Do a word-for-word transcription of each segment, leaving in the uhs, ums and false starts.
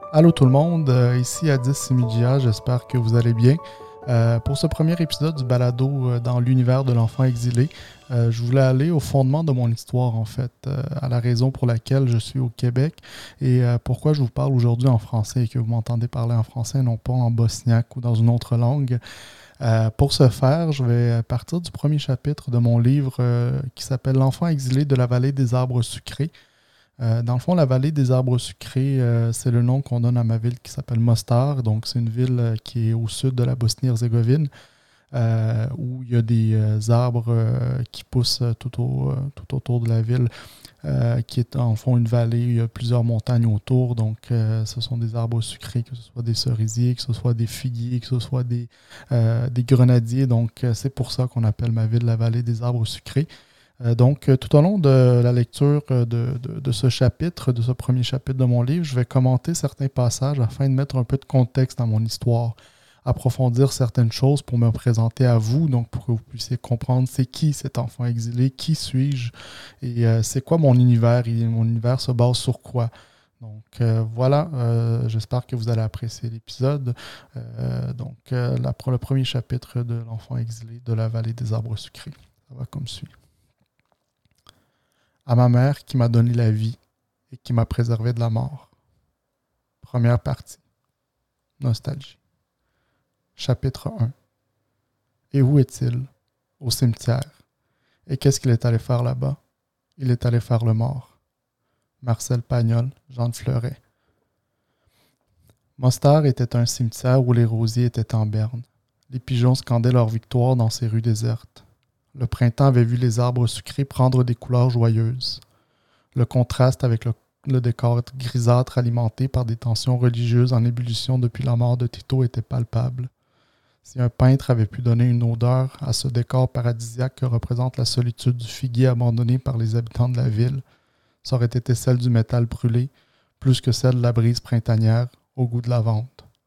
Allô tout le monde, euh, ici Adis Simidia, j'espère que vous allez bien. Euh, pour ce premier épisode du balado euh, dans l'univers de l'enfant exilé, euh, je voulais aller au fondement de mon histoire en fait, euh, à la raison pour laquelle je suis au Québec et euh, pourquoi je vous parle aujourd'hui en français et que vous m'entendez parler en français, non pas en bosniaque ou dans une autre langue. Euh, pour ce faire, je vais partir du premier chapitre de mon livre euh, qui s'appelle L'enfant exilé de la vallée des arbres sucrés. Euh, dans le fond, la vallée des arbres sucrés, euh, c'est le nom qu'on donne à ma ville qui s'appelle Mostar. Donc, c'est une ville euh, qui est au sud de la Bosnie-Herzégovine, euh, où il y a des euh, arbres euh, qui poussent euh, tout, au, euh, tout autour de la ville, euh, qui est en fond une vallée. Il y a plusieurs montagnes autour. Donc, euh, ce sont des arbres sucrés, que ce soit des cerisiers, que ce soit des figuiers, que ce soit des, euh, des grenadiers. Donc, euh, c'est pour ça qu'on appelle ma ville la vallée des arbres sucrés. Euh, donc, euh, tout au long de la lecture euh, de, de, de ce chapitre, de ce premier chapitre de mon livre, je vais commenter certains passages afin de mettre un peu de contexte dans mon histoire, approfondir certaines choses pour me présenter à vous, donc pour que vous puissiez comprendre c'est qui cet enfant exilé, qui suis-je et euh, c'est quoi mon univers et mon univers se base sur quoi. Donc euh, voilà, euh, j'espère que vous allez apprécier l'épisode. Euh, donc, euh, la, le premier chapitre de l'enfant exilé de la vallée des arbres sucrés. Ça va comme suit. À ma mère qui m'a donné la vie et qui m'a préservé de la mort. Première partie. Nostalgie. Chapitre un. Et où est-il? Au cimetière. Et qu'est-ce qu'il est allé faire là-bas? Il est allé faire le mort. Marcel Pagnol, Jean de Fleuret. Mostar était un cimetière où les rosiers étaient en berne. Les pigeons scandaient leur victoire dans ces rues désertes. Le printemps avait vu les arbres sucrés prendre des couleurs joyeuses. Le contraste avec le, le décor grisâtre alimenté par des tensions religieuses en ébullition depuis la mort de Tito était palpable. Si un peintre avait pu donner une odeur à ce décor paradisiaque que représente la solitude du figuier abandonné par les habitants de la ville, ça aurait été celle du métal brûlé, plus que celle de la brise printanière au goût de lavande.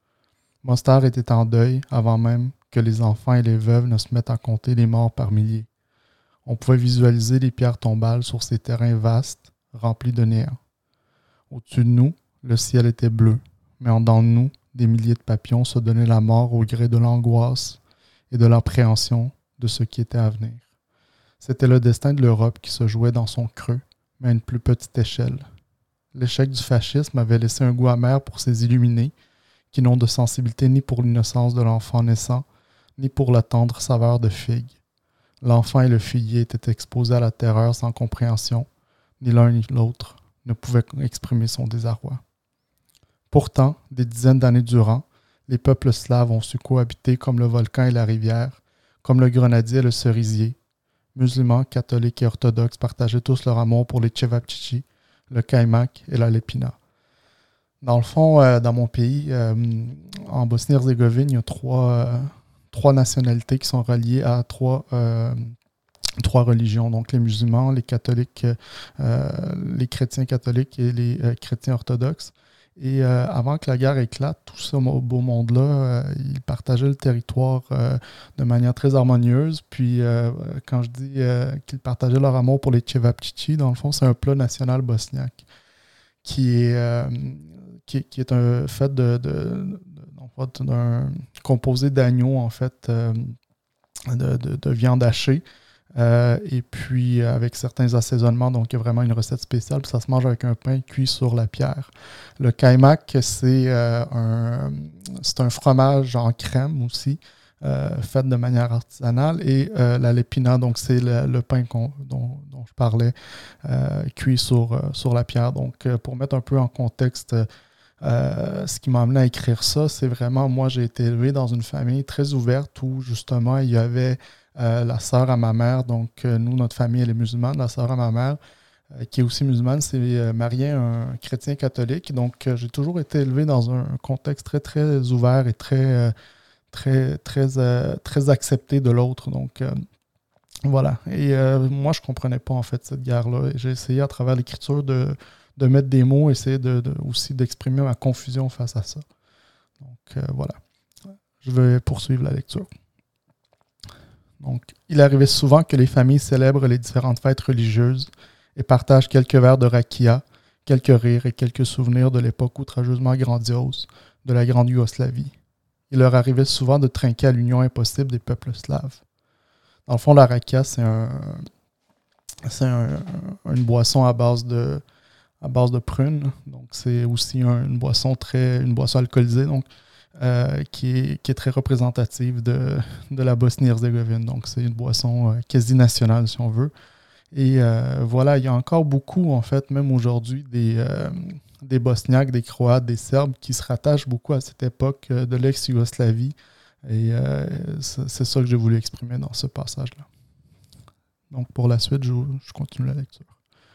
Mostar était en deuil avant même que les enfants et les veuves ne se mettent à compter les morts par milliers. On pouvait visualiser les pierres tombales sur ces terrains vastes, remplis de néant. Au-dessus de nous, le ciel était bleu, mais en dedans de nous, des milliers de papillons se donnaient la mort au gré de l'angoisse et de l'appréhension de ce qui était à venir. C'était le destin de l'Europe qui se jouait dans son creux, mais à une plus petite échelle. L'échec du fascisme avait laissé un goût amer pour ces illuminés, qui n'ont de sensibilité ni pour l'innocence de l'enfant naissant, ni pour la tendre saveur de figue. L'enfant et le figuier étaient exposés à la terreur sans compréhension, ni l'un ni l'autre ne pouvait exprimer son désarroi. Pourtant, des dizaines d'années durant, les peuples slaves ont su cohabiter comme le volcan et la rivière, comme le grenadier et le cerisier. Musulmans, catholiques et orthodoxes partageaient tous leur amour pour les Cevapcici, le Kaymak et la Lepina. Dans le fond, euh, dans mon pays, euh, en Bosnie-Herzégovine, il y a trois, euh, trois nationalités qui sont reliées à trois, euh, trois religions. Donc les musulmans, les catholiques, euh, les chrétiens catholiques et les euh, chrétiens orthodoxes. Et euh, avant que la guerre éclate, tout ce beau monde-là, euh, ils partageaient le territoire euh, de manière très harmonieuse. Puis euh, quand je dis euh, qu'ils partageaient leur amour pour les Cevapcici, dans le fond, c'est un plat national bosniaque qui est... Euh, Qui, qui est un fait de, de, de, d'un composé d'agneau, en fait, euh, de, de, de viande hachée, euh, et puis avec certains assaisonnements, donc il y a vraiment une recette spéciale, puis ça se mange avec un pain cuit sur la pierre. Le kaymak, c'est, euh, un, c'est un fromage en crème aussi, euh, fait de manière artisanale, et euh, la lepina, donc c'est le, le pain qu'on, dont, dont je parlais, euh, cuit sur, euh, sur la pierre. Donc, euh, pour mettre un peu en contexte, Euh, ce qui m'a amené à écrire ça, c'est vraiment, moi, j'ai été élevé dans une famille très ouverte où, justement, il y avait euh, la sœur à ma mère. Donc, euh, nous, notre famille, elle est musulmane. La sœur à ma mère, euh, qui est aussi musulmane, c'est euh, mariée à un chrétien catholique. Donc, euh, j'ai toujours été élevé dans un, un contexte très, très ouvert et très, euh, très, très, euh, très accepté de l'autre. Donc, euh, voilà. Et euh, moi, je ne comprenais pas, en fait, cette guerre-là. Et j'ai essayé, à travers l'écriture, de de mettre des mots, essayer de, de, aussi d'exprimer ma confusion face à ça. Donc, euh, voilà. Je vais poursuivre la lecture. Donc, il arrivait souvent que les familles célèbrent les différentes fêtes religieuses et partagent quelques verres de rakia quelques rires et quelques souvenirs de l'époque outrageusement grandiose de la Grande Yougoslavie. Il leur arrivait souvent de trinquer à l'union impossible des peuples slaves. Dans le fond, la rakia, c'est, un, c'est un, une boisson à base de, à base de prunes. Donc, c'est aussi un, une boisson très, une boisson alcoolisée, donc, euh, qui, est, qui est très représentative de, de la Bosnie-Herzégovine. Donc, c'est une boisson euh, quasi nationale, si on veut. Et euh, voilà, il y a encore beaucoup, en fait, même aujourd'hui, des, euh, des Bosniaques, des Croates, des Serbes qui se rattachent beaucoup à cette époque euh, de l'ex-Yougoslavie. Et euh, c'est, c'est ça que j'ai voulu exprimer dans ce passage-là. Donc, pour la suite, je, je continue la lecture.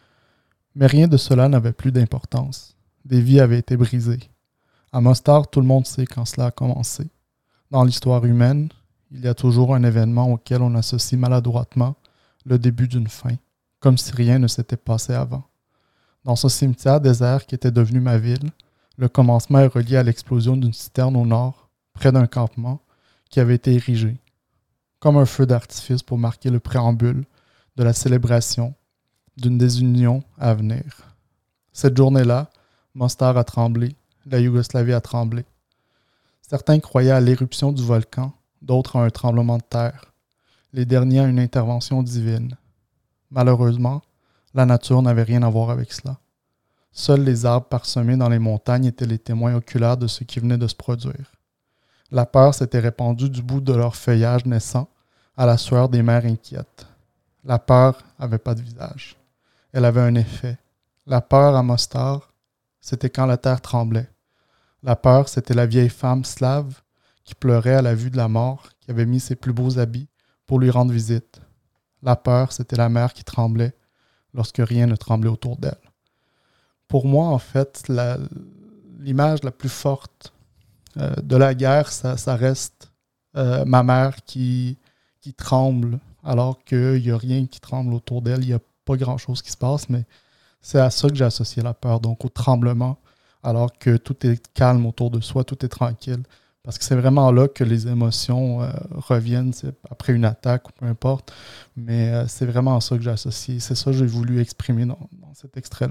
Mais rien de cela n'avait plus d'importance. Des vies avaient été brisées. À Mostar, tout le monde sait quand cela a commencé. Dans l'histoire humaine, il y a toujours un événement auquel on associe maladroitement le début d'une fin, comme si rien ne s'était passé avant. Dans ce cimetière désert qui était devenu ma ville, le commencement est relié à l'explosion d'une citerne au nord, près d'un campement, qui avait été érigé, comme un feu d'artifice pour marquer le préambule de la célébration d'une désunion à venir. Cette journée-là, Mostar a tremblé, la Yougoslavie a tremblé. Certains croyaient à l'éruption du volcan, d'autres à un tremblement de terre, les derniers à une intervention divine. Malheureusement, la nature n'avait rien à voir avec cela. Seuls les arbres parsemés dans les montagnes étaient les témoins oculaires de ce qui venait de se produire. La peur s'était répandue du bout de leur feuillage naissant à la sueur des mers inquiètes. La peur n'avait pas de visage. Elle avait un effet. La peur à Mostar, c'était quand la terre tremblait. La peur, c'était la vieille femme slave qui pleurait à la vue de la mort, qui avait mis ses plus beaux habits pour lui rendre visite. La peur, c'était la mer qui tremblait lorsque rien ne tremblait autour d'elle. Pour moi, en fait, la, l'image la plus forte euh, de la guerre, ça, ça reste euh, ma mère qui, qui tremble alors qu'il n'y a rien qui tremble autour d'elle. Il n'y a pas grand-chose qui se passe, mais c'est à ça que j'ai associé la peur, donc au tremblement, alors que tout est calme autour de soi, tout est tranquille. Parce que c'est vraiment là que les émotions euh, reviennent, c'est après une attaque ou peu importe. Mais euh, c'est vraiment à ça que j'ai associé. C'est ça que j'ai voulu exprimer dans, dans cet extrait-là.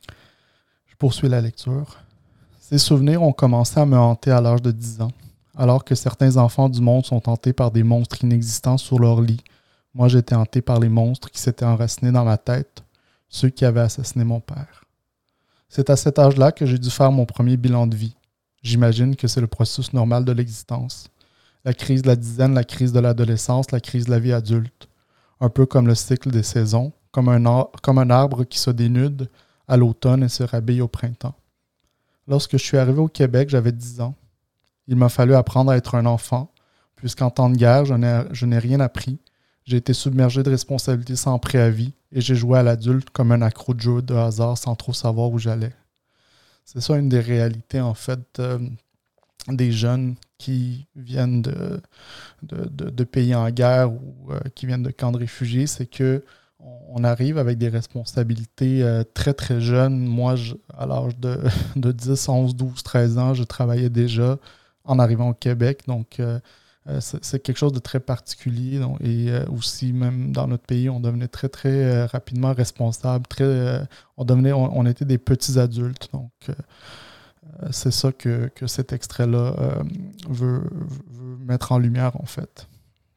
Je poursuis la lecture. Ces souvenirs ont commencé à me hanter à l'âge de dix ans. Alors que certains enfants du monde sont hantés par des monstres inexistants sur leur lit, moi j'étais hanté par les monstres qui s'étaient enracinés dans ma tête, ceux qui avaient assassiné mon père. C'est à cet âge-là que j'ai dû faire mon premier bilan de vie. J'imagine que c'est le processus normal de l'existence. La crise de la dizaine, la crise de l'adolescence, la crise de la vie adulte. Un peu comme le cycle des saisons, comme un, ar- comme un arbre qui se dénude à l'automne et se rhabille au printemps. Lorsque je suis arrivé au Québec, j'avais dix ans. Il m'a fallu apprendre à être un enfant, puisqu'en temps de guerre, je n'ai, je n'ai rien appris. J'ai été submergé de responsabilités sans préavis et j'ai joué à l'adulte comme un accro de jeu de hasard sans trop savoir où j'allais. C'est ça une des réalités, en fait, euh, des jeunes qui viennent de, de, de, de pays en guerre ou euh, qui viennent de camps de réfugiés, c'est que on arrive avec des responsabilités euh, très, très jeunes. Moi, je, à l'âge de, de dix, onze, douze, treize ans, je travaillais déjà en arrivant au Québec. Donc, euh, c'est, c'est quelque chose de très particulier. Donc, et euh, aussi, même dans notre pays, on devenait très, très euh, rapidement responsable. Très, euh, on, devenait, on, on était des petits adultes. Donc, euh, c'est ça que, que cet extrait-là euh, veut, veut mettre en lumière, en fait.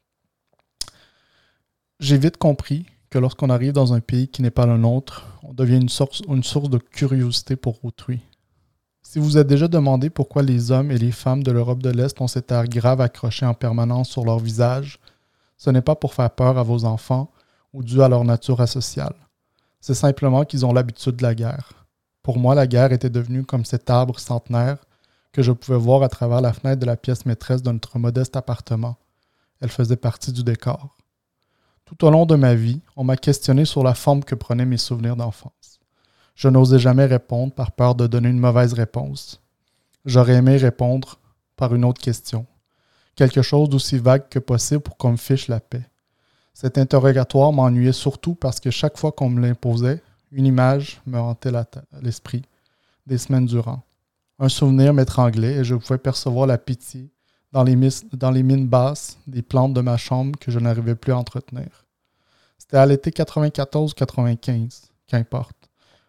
J'ai vite compris que lorsqu'on arrive dans un pays qui n'est pas le nôtre, on devient une source, une source de curiosité pour autrui. Si vous vous êtes déjà demandé pourquoi les hommes et les femmes de l'Europe de l'Est ont cet air grave accroché en permanence sur leur visage, ce n'est pas pour faire peur à vos enfants ou dû à leur nature asociale. C'est simplement qu'ils ont l'habitude de la guerre. Pour moi, la guerre était devenue comme cet arbre centenaire que je pouvais voir à travers la fenêtre de la pièce maîtresse de notre modeste appartement. Elle faisait partie du décor. Tout au long de ma vie, on m'a questionné sur la forme que prenaient mes souvenirs d'enfance. Je n'osais jamais répondre par peur de donner une mauvaise réponse. J'aurais aimé répondre par une autre question. Quelque chose d'aussi vague que possible pour qu'on me fiche la paix. Cet interrogatoire m'ennuyait surtout parce que chaque fois qu'on me l'imposait, une image me hantait la t- l'esprit, des semaines durant. Un souvenir m'étranglait et je pouvais percevoir la pitié dans les, mis- dans les mines basses des plantes de ma chambre que je n'arrivais plus à entretenir. C'était à l'été quatre-vingt-quatorze quatre-vingt-quinze, qu'importe.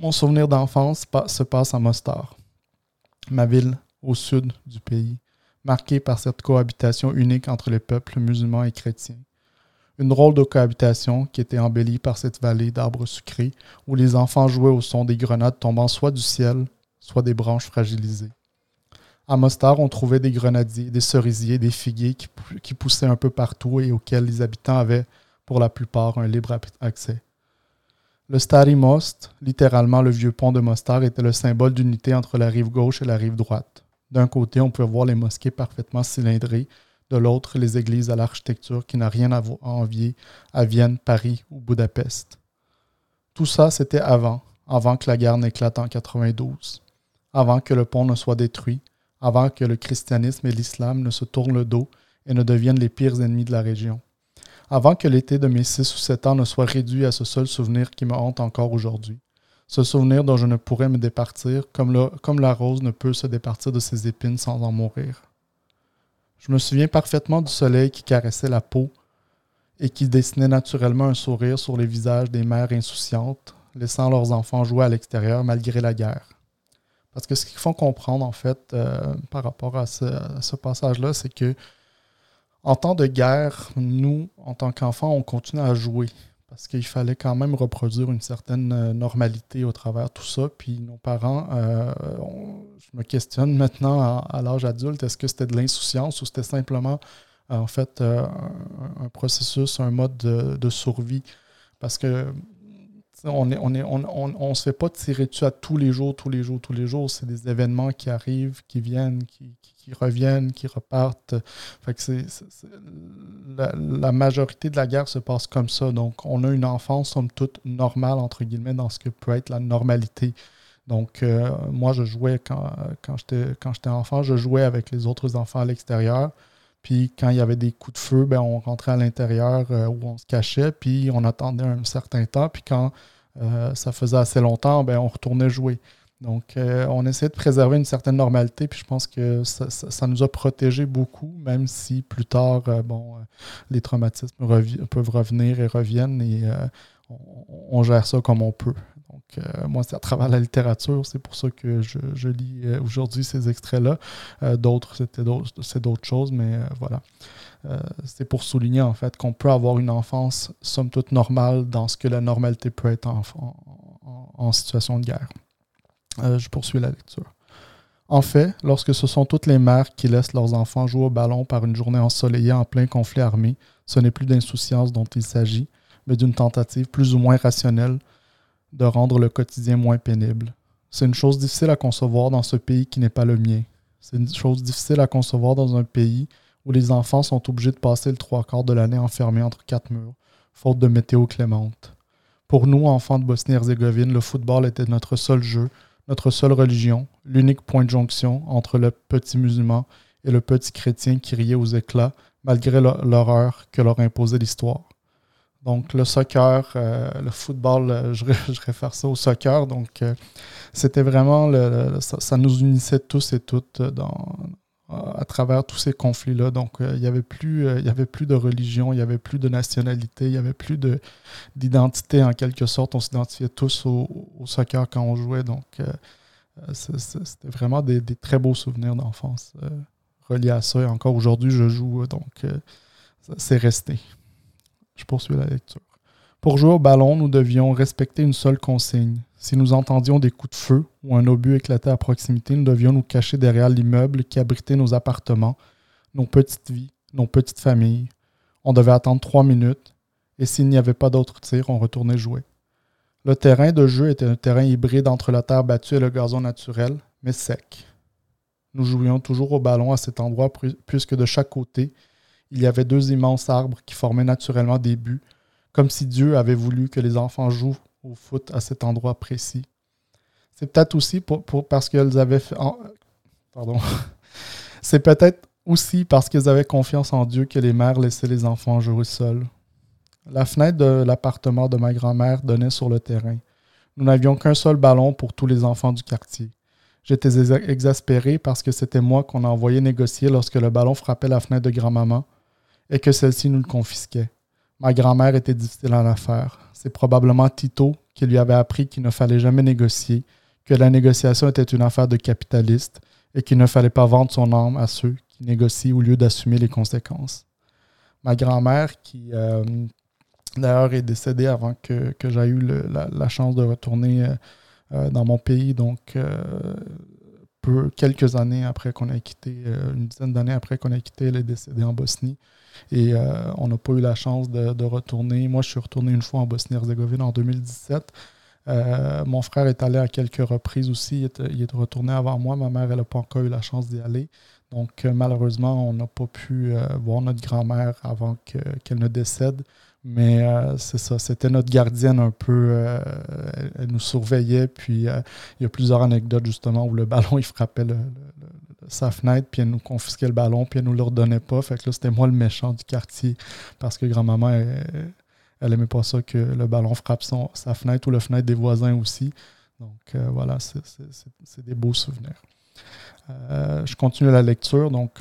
Mon souvenir d'enfance pa- se passe à Mostar, ma ville au sud du pays, marquée par cette cohabitation unique entre les peuples musulmans et chrétiens. Une drôle de cohabitation qui était embellie par cette vallée d'arbres sucrés où les enfants jouaient au son des grenades tombant soit du ciel, soit des branches fragilisées. À Mostar, on trouvait des grenadiers, des cerisiers, des figuiers qui, qui poussaient un peu partout et auxquels les habitants avaient, pour la plupart, un libre accès. Le Stari Most, littéralement le vieux pont de Mostar, était le symbole d'unité entre la rive gauche et la rive droite. D'un côté, on pouvait voir les mosquées parfaitement cylindrées, de l'autre, les églises à l'architecture qui n'a rien à envier à Vienne, Paris ou Budapest. Tout ça, c'était avant, avant que la guerre n'éclate en quatre-vingt-douze, avant que le pont ne soit détruit, avant que le christianisme et l'islam ne se tournent le dos et ne deviennent les pires ennemis de la région. Avant que l'été de mes six ou sept ans ne soit réduit à ce seul souvenir qui me hante encore aujourd'hui. Ce souvenir dont je ne pourrais me départir, comme, le, comme la rose ne peut se départir de ses épines sans en mourir. Je me souviens parfaitement du soleil qui caressait la peau et qui dessinait naturellement un sourire sur les visages des mères insouciantes, laissant leurs enfants jouer à l'extérieur malgré la guerre. Parce que ce qu'il faut comprendre, en fait, euh, par rapport à ce, à ce passage-là, c'est que en temps de guerre, nous, en tant qu'enfants, on continue à jouer. Parce qu'il fallait quand même reproduire une certaine normalité au travers de tout ça. Puis nos parents, euh, on, je me questionne maintenant à, à l'âge adulte, est-ce que c'était de l'insouciance ou c'était simplement, euh, en fait, euh, un, un processus, un mode de, de survie? Parce que on est, on est, on, on, on se fait pas tirer dessus à tous les jours, tous les jours, tous les jours. C'est des événements qui arrivent, qui viennent, qui, qui, qui reviennent, qui repartent. Fait que c'est, c'est, c'est la, la majorité de la guerre se passe comme ça. Donc, on a une enfance, somme toute, normale, entre guillemets, dans ce que peut être la normalité. Donc, euh, moi, je jouais quand, quand, j'étais, quand j'étais enfant, je jouais avec les autres enfants à l'extérieur. Puis quand il y avait des coups de feu, ben, on rentrait à l'intérieur euh, où on se cachait, puis on attendait un certain temps. Puis quand euh, ça faisait assez longtemps, ben, on retournait jouer. Donc, euh, on essayait de préserver une certaine normalité, puis je pense que ça, ça, ça nous a protégés beaucoup, même si plus tard, euh, bon, euh, les traumatismes revi- peuvent revenir et reviennent, et euh, on, on gère ça comme on peut. Donc, euh, moi, c'est à travers la littérature, c'est pour ça que je, je lis euh, aujourd'hui ces extraits-là. Euh, d'autres, c'était d'autres, c'est d'autres choses, mais euh, voilà. Euh, c'est pour souligner, en fait, qu'on peut avoir une enfance, somme toute, normale dans ce que la normalité peut être en, en, en situation de guerre. Euh, je poursuis la lecture. En fait, lorsque ce sont toutes les mères qui laissent leurs enfants jouer au ballon par une journée ensoleillée en plein conflit armé, ce n'est plus d'insouciance dont il s'agit, mais d'une tentative plus ou moins rationnelle de rendre le quotidien moins pénible. C'est une chose difficile à concevoir dans ce pays qui n'est pas le mien. C'est une chose difficile à concevoir dans un pays où les enfants sont obligés de passer le trois quarts de l'année enfermés entre quatre murs, faute de météo clémente. Pour nous, enfants de Bosnie-Herzégovine, le football était notre seul jeu, notre seule religion, l'unique point de jonction entre le petit musulman et le petit chrétien qui riait aux éclats, malgré l'horreur que leur imposait l'histoire. Donc, le soccer, euh, le football, euh, je, je réfère ça au soccer. Donc, euh, c'était vraiment, le, le, ça, ça nous unissait tous et toutes dans, à travers tous ces conflits-là. Donc, euh, il n'y avait plus, euh, il y avait plus de religion, il n'y avait plus de nationalité, il n'y avait plus de, d'identité en quelque sorte. On s'identifiait tous au, au soccer quand on jouait. Donc, euh, c'est, c'est, c'était vraiment des, des très beaux souvenirs d'enfance euh, reliés à ça. Et encore aujourd'hui, je joue, donc euh, c'est resté. Je poursuis la lecture. Pour jouer au ballon, nous devions respecter une seule consigne. Si nous entendions des coups de feu ou un obus éclater à proximité, nous devions nous cacher derrière l'immeuble qui abritait nos appartements, nos petites vies, nos petites familles. On devait attendre trois minutes, et s'il n'y avait pas d'autres tirs, on retournait jouer. Le terrain de jeu était un terrain hybride entre la terre battue et le gazon naturel, mais sec. Nous jouions toujours au ballon à cet endroit puisque de chaque côté, il y avait deux immenses arbres qui formaient naturellement des buts, comme si Dieu avait voulu que les enfants jouent au foot à cet endroit précis. C'est peut-être aussi pour, pour, parce qu'ils avaient fait... En, pardon. C'est peut-être aussi parce qu'ils avaient confiance en Dieu que les mères laissaient les enfants jouer seuls. La fenêtre de l'appartement de ma grand-mère donnait sur le terrain. Nous n'avions qu'un seul ballon pour tous les enfants du quartier. J'étais exaspéré parce que c'était moi qu'on envoyait négocier lorsque le ballon frappait la fenêtre de grand-maman et que celle-ci nous le confisquait. Ma grand-mère était difficile en affaires. C'est probablement Tito qui lui avait appris qu'il ne fallait jamais négocier, que la négociation était une affaire de capitaliste et qu'il ne fallait pas vendre son âme à ceux qui négocient au lieu d'assumer les conséquences. Ma grand-mère, qui euh, d'ailleurs est décédée avant que, que j'aie eu le, la, la chance de retourner euh, dans mon pays, donc euh, peu, quelques années après qu'on ait quitté, euh, une dizaine d'années après qu'on ait quitté, elle est décédée en Bosnie. Et euh, on n'a pas eu la chance de, de retourner. Moi, je suis retourné une fois en Bosnie-Herzégovine en deux mille dix-sept. Euh, mon frère est allé à quelques reprises aussi. Il est, il est retourné avant moi. Ma mère, elle n'a pas encore eu la chance d'y aller. Donc, euh, malheureusement, on n'a pas pu euh, voir notre grand-mère avant que, qu'elle ne décède. Mais euh, c'est ça, c'était notre gardienne un peu. Euh, elle, elle nous surveillait. Puis, euh, il y a plusieurs anecdotes, justement, où le ballon, il frappait le, le, le, sa fenêtre, puis elle nous confisquait le ballon, puis elle nous le redonnait pas. Fait que là, c'était moi le méchant du quartier, parce que grand-maman, elle, elle aimait pas ça que le ballon frappe son, sa fenêtre ou la fenêtre des voisins aussi. Donc, euh, voilà, c'est, c'est, c'est, c'est des beaux souvenirs. Euh, je continue la lecture. Donc,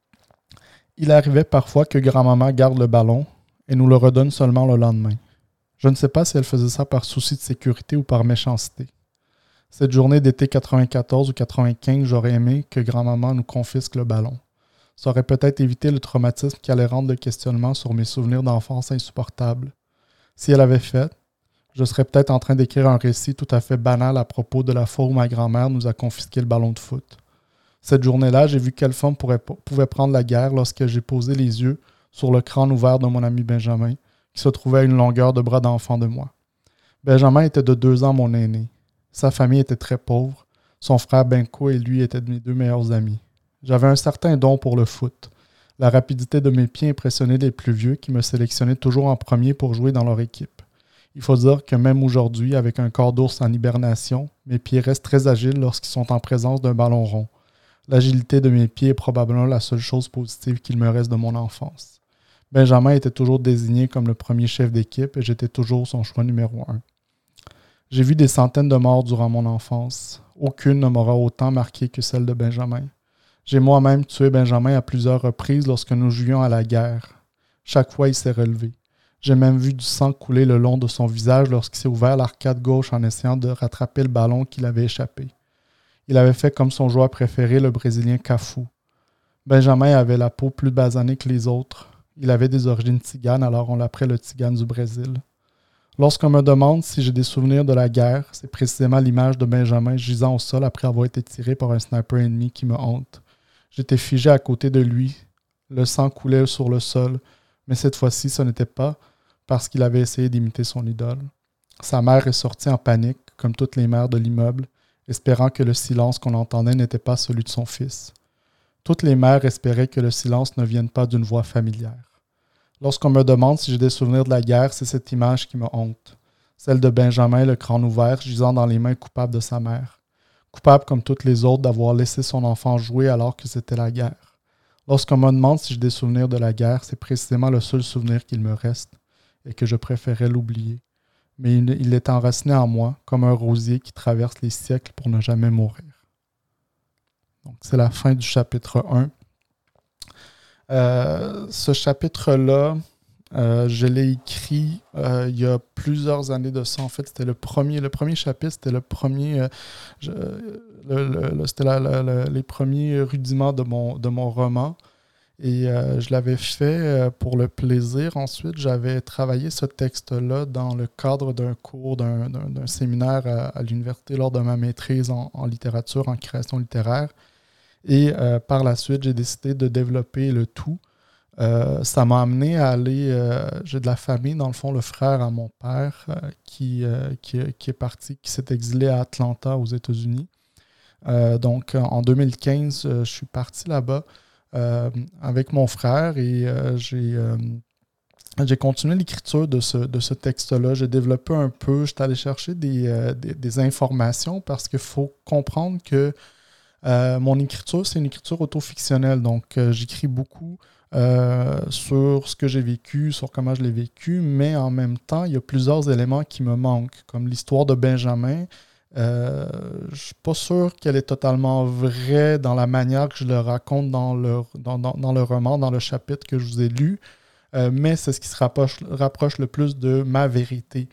il arrivait parfois que grand-maman garde le ballon et nous le redonne seulement le lendemain. Je ne sais pas si elle faisait ça par souci de sécurité ou par méchanceté. Cette journée d'été quatre-vingt-quatorze ou quatre-vingt-quinze, j'aurais aimé que grand-maman nous confisque le ballon. Ça aurait peut-être évité le traumatisme qui allait rendre le questionnement sur mes souvenirs d'enfance insupportables. Si elle avait fait, je serais peut-être en train d'écrire un récit tout à fait banal à propos de la fois où ma grand-mère nous a confisqué le ballon de foot. Cette journée-là, j'ai vu quelle forme pourrait, pouvait prendre la guerre lorsque j'ai posé les yeux sur le crâne ouvert de mon ami Benjamin, qui se trouvait à une longueur de bras d'enfant de moi. Benjamin était de deux ans mon aîné. Sa famille était très pauvre. Son frère Benko et lui étaient mes deux meilleurs amis. J'avais un certain don pour le foot. La rapidité de mes pieds impressionnait les plus vieux qui me sélectionnaient toujours en premier pour jouer dans leur équipe. Il faut dire que même aujourd'hui, avec un corps d'ours en hibernation, mes pieds restent très agiles lorsqu'ils sont en présence d'un ballon rond. L'agilité de mes pieds est probablement la seule chose positive qu'il me reste de mon enfance. Benjamin était toujours désigné comme le premier chef d'équipe et j'étais toujours son choix numéro un. J'ai vu des centaines de morts durant mon enfance. Aucune ne m'aura autant marqué que celle de Benjamin. J'ai moi-même tué Benjamin à plusieurs reprises lorsque nous jouions à la guerre. Chaque fois, il s'est relevé. J'ai même vu du sang couler le long de son visage lorsqu'il s'est ouvert l'arcade gauche en essayant de rattraper le ballon qu'il avait échappé. Il avait fait comme son joueur préféré, le Brésilien Cafu. Benjamin avait la peau plus basanée que les autres. Il avait des origines tziganes, alors on l'appelait le tzigane du Brésil. Lorsqu'on me demande si j'ai des souvenirs de la guerre, c'est précisément l'image de Benjamin gisant au sol après avoir été tiré par un sniper ennemi qui me hante. J'étais figé à côté de lui. Le sang coulait sur le sol, mais cette fois-ci, ce n'était pas parce qu'il avait essayé d'imiter son idole. Sa mère est sortie en panique, comme toutes les mères de l'immeuble, espérant que le silence qu'on entendait n'était pas celui de son fils. Toutes les mères espéraient que le silence ne vienne pas d'une voix familière. Lorsqu'on me demande si j'ai des souvenirs de la guerre, c'est cette image qui me hante. Celle de Benjamin, le crâne ouvert, gisant dans les mains coupables de sa mère. Coupable comme toutes les autres d'avoir laissé son enfant jouer alors que c'était la guerre. Lorsqu'on me demande si j'ai des souvenirs de la guerre, c'est précisément le seul souvenir qu'il me reste et que je préférais l'oublier. Mais il, il est enraciné en moi comme un rosier qui traverse les siècles pour ne jamais mourir. Donc, c'est la fin du chapitre un. Euh, ce chapitre-là, euh, je l'ai écrit euh, il y a plusieurs années de ça. En fait, c'était le premier, le premier chapitre, c'était le premier, euh, je, le, le, le, c'était la, la, la, les premiers rudiments de mon, de mon roman. Et euh, je l'avais fait euh, pour le plaisir. Ensuite, j'avais travaillé ce texte-là dans le cadre d'un cours, d'un, d'un, d'un séminaire à, à l'université lors de ma maîtrise en, en littérature, en création littéraire. Et euh, par la suite, j'ai décidé de développer le tout. Euh, ça m'a amené à aller... Euh, j'ai de la famille, dans le fond, le frère à mon père euh, qui, euh, qui, qui est parti, qui s'est exilé à Atlanta, aux États-Unis. Euh, donc, en deux mille quinze, euh, je suis parti là-bas euh, avec mon frère et euh, j'ai... Euh, J'ai continué l'écriture de ce, de ce texte-là. J'ai développé un peu, j'étais allé chercher des, euh, des, des informations parce qu'il faut comprendre que Euh, mon écriture, c'est une écriture autofictionnelle. Donc, euh, j'écris beaucoup euh, sur ce que j'ai vécu, sur comment je l'ai vécu, mais en même temps, il y a plusieurs éléments qui me manquent, comme l'histoire de Benjamin. Euh, je ne suis pas sûr qu'elle est totalement vraie dans la manière que je le raconte dans le, dans, dans, dans le roman, dans le chapitre que je vous ai lu, euh, mais c'est ce qui se rapproche, rapproche le plus de ma vérité.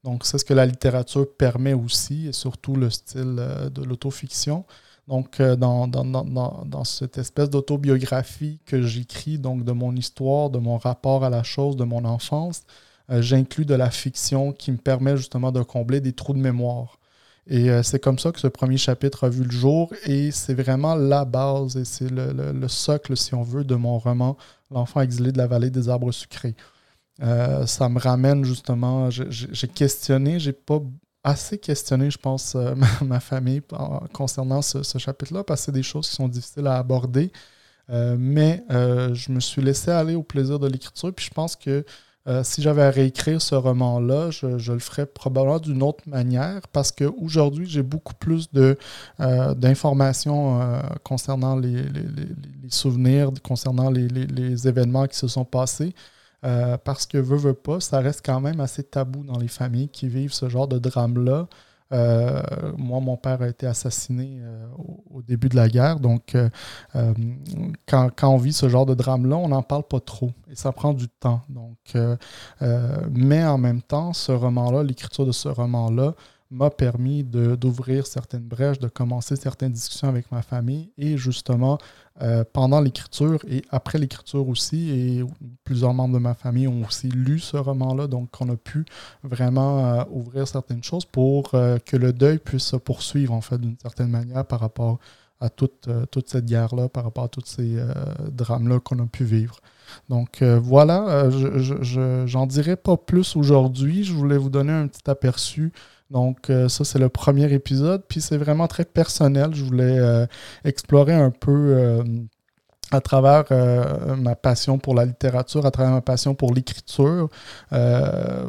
Donc, c'est ce que la littérature permet aussi, et surtout le style euh, de l'autofiction. Donc, euh, dans, dans, dans, dans cette espèce d'autobiographie que j'écris, donc de mon histoire, de mon rapport à la chose, de mon enfance, euh, j'inclus de la fiction qui me permet justement de combler des trous de mémoire. Et euh, c'est comme ça que ce premier chapitre a vu le jour, et c'est vraiment la base, et c'est le, le, le socle, si on veut, de mon roman « L'enfant exilé de la vallée des arbres sucrés ». Euh, ça me ramène justement, j'ai, j'ai questionné, j'ai pas assez questionné, je pense, euh, ma, ma famille en, concernant ce, ce chapitre-là, parce que c'est des choses qui sont difficiles à aborder. Euh, mais euh, je me suis laissé aller au plaisir de l'écriture, puis je pense que euh, si j'avais à réécrire ce roman-là, je, je le ferais probablement d'une autre manière, parce qu'aujourd'hui, j'ai beaucoup plus de, euh, d'informations euh, concernant les, les, les, les souvenirs, concernant les, les, les événements qui se sont passés. Euh, parce que, veut, veut pas, ça reste quand même assez tabou dans les familles qui vivent ce genre de drame-là. Euh, moi, mon père a été assassiné euh, au, au début de la guerre, donc euh, euh, quand, quand on vit ce genre de drame-là, on n'en parle pas trop, et ça prend du temps. Donc, euh, euh, mais en même temps, ce roman-là, l'écriture de ce roman-là, m'a permis de, d'ouvrir certaines brèches, de commencer certaines discussions avec ma famille, et justement, euh, pendant l'écriture et après l'écriture aussi, et plusieurs membres de ma famille ont aussi lu ce roman-là, donc on a pu vraiment euh, ouvrir certaines choses pour euh, que le deuil puisse se poursuivre, en fait, d'une certaine manière par rapport à toute, euh, toute cette guerre-là, par rapport à tous ces euh, drames-là qu'on a pu vivre. Donc euh, voilà, euh, je, je, je, j'en dirai pas plus aujourd'hui, je voulais vous donner un petit aperçu. Donc, euh, ça, c'est le premier épisode. Puis, c'est vraiment très personnel. Je voulais euh, explorer un peu euh, à travers euh, ma passion pour la littérature, à travers ma passion pour l'écriture. Euh,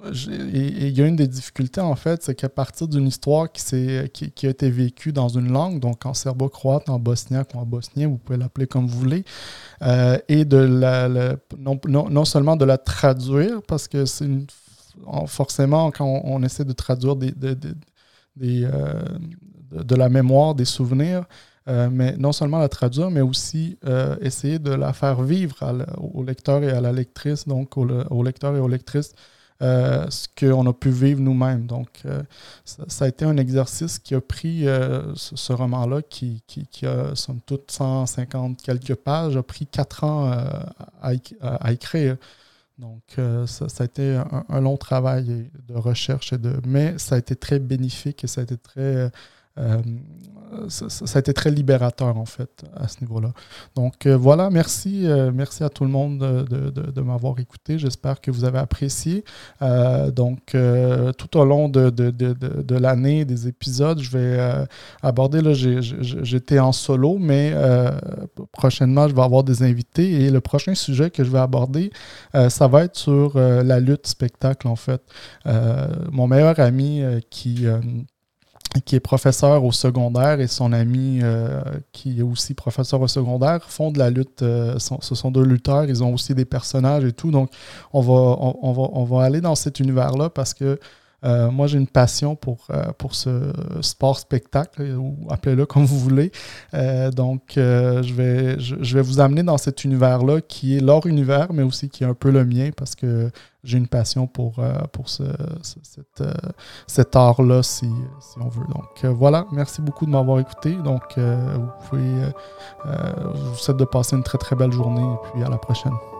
et il y a une des difficultés, en fait, c'est qu'à partir d'une histoire qui, s'est, qui, qui a été vécue dans une langue, donc en serbo-croate, en bosniaque ou en bosnien, vous pouvez l'appeler comme vous voulez, euh, et de la, la non, non, non seulement de la traduire, parce que c'est une forcément, quand on, on essaie de traduire des, des, des, des, euh, de, de la mémoire, des souvenirs, euh, mais non seulement la traduire, mais aussi euh, essayer de la faire vivre à la, au lecteur et à la lectrice, donc au, au lecteur et aux lectrices, euh, ce qu'on a pu vivre nous-mêmes. Donc, euh, ça, ça a été un exercice qui a pris, euh, ce, ce roman-là, qui, qui, qui a, somme toute, cent cinquante quelques pages, a pris quatre ans euh, à, à, à écrire. Donc, euh, ça, ça a été un, un long travail de recherche, et de, mais ça a été très bénéfique, et ça a été très, euh, ça, ça a été très libérateur, en fait, à ce niveau-là. Donc, euh, voilà, merci, euh, merci à tout le monde de, de, de, de m'avoir écouté. J'espère que vous avez apprécié. Euh, donc, euh, tout au long de, de, de, de, de l'année, des épisodes, je vais euh, aborder, là, j'ai, j'ai, j'étais en solo, mais euh, prochainement, je vais avoir des invités, et le prochain sujet que je vais aborder, euh, ça va être sur euh, la lutte spectacle, en fait. Euh, mon meilleur ami euh, qui... Euh, qui est professeur au secondaire, et son ami euh, qui est aussi professeur au secondaire font de la lutte. Euh, sont, ce sont deux lutteurs, ils ont aussi des personnages et tout. Donc, on va, on, on va, on va aller dans cet univers-là parce que euh, moi, j'ai une passion pour, euh, pour ce sport-spectacle, ou appelez-le comme vous voulez. Euh, donc, euh, je, vais, je, je vais vous amener dans cet univers-là qui est leur univers, mais aussi qui est un peu le mien, parce que j'ai une passion pour, euh, pour ce, ce, cette, euh, cet art-là, si, si on veut. Donc, euh, voilà. Merci beaucoup de m'avoir écouté. Donc, euh, vous pouvez... Euh, je vous souhaite de passer une très, très belle journée, et puis à la prochaine.